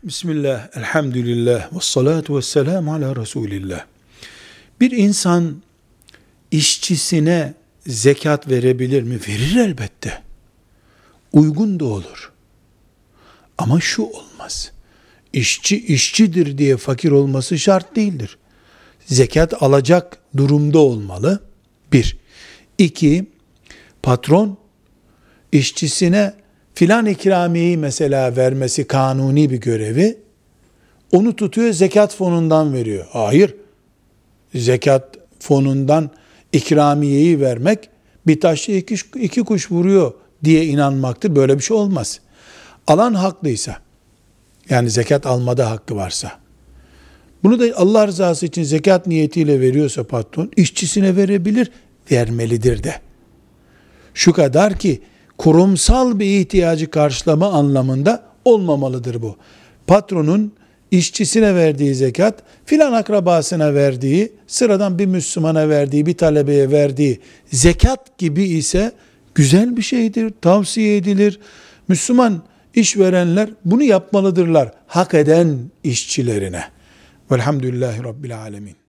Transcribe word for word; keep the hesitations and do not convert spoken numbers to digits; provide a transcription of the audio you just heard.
Bismillah, elhamdülillah, ve salatu ve selamu ala Resulillah. Bir insan işçisine zekat verebilir mi? Verir elbette. Uygun da olur. Ama şu olmaz. İşçi işçidir diye fakir olması şart değildir. Zekat alacak durumda olmalı. Bir. İki, patron işçisine filan ikramiyeyi mesela vermesi kanuni bir görevi, onu tutuyor zekat fonundan veriyor. Hayır, zekat fonundan ikramiyeyi vermek bir taşla iki, iki kuş vuruyor diye inanmaktır. Böyle bir şey olmaz. Alan haklıysa, yani zekat almada hakkı varsa, bunu da Allah rızası için zekat niyetiyle veriyorsa patron, işçisine verebilir, vermelidir de. Şu kadar ki, kurumsal bir ihtiyacı karşılama anlamında olmamalıdır bu. Patronun işçisine verdiği zekat, filan akrabasına verdiği, sıradan bir Müslümana verdiği, bir talebeye verdiği zekat gibi ise güzel bir şeydir, tavsiye edilir. Müslüman işverenler bunu yapmalıdırlar, hak eden işçilerine. Velhamdülillahi Rabbil Alemin.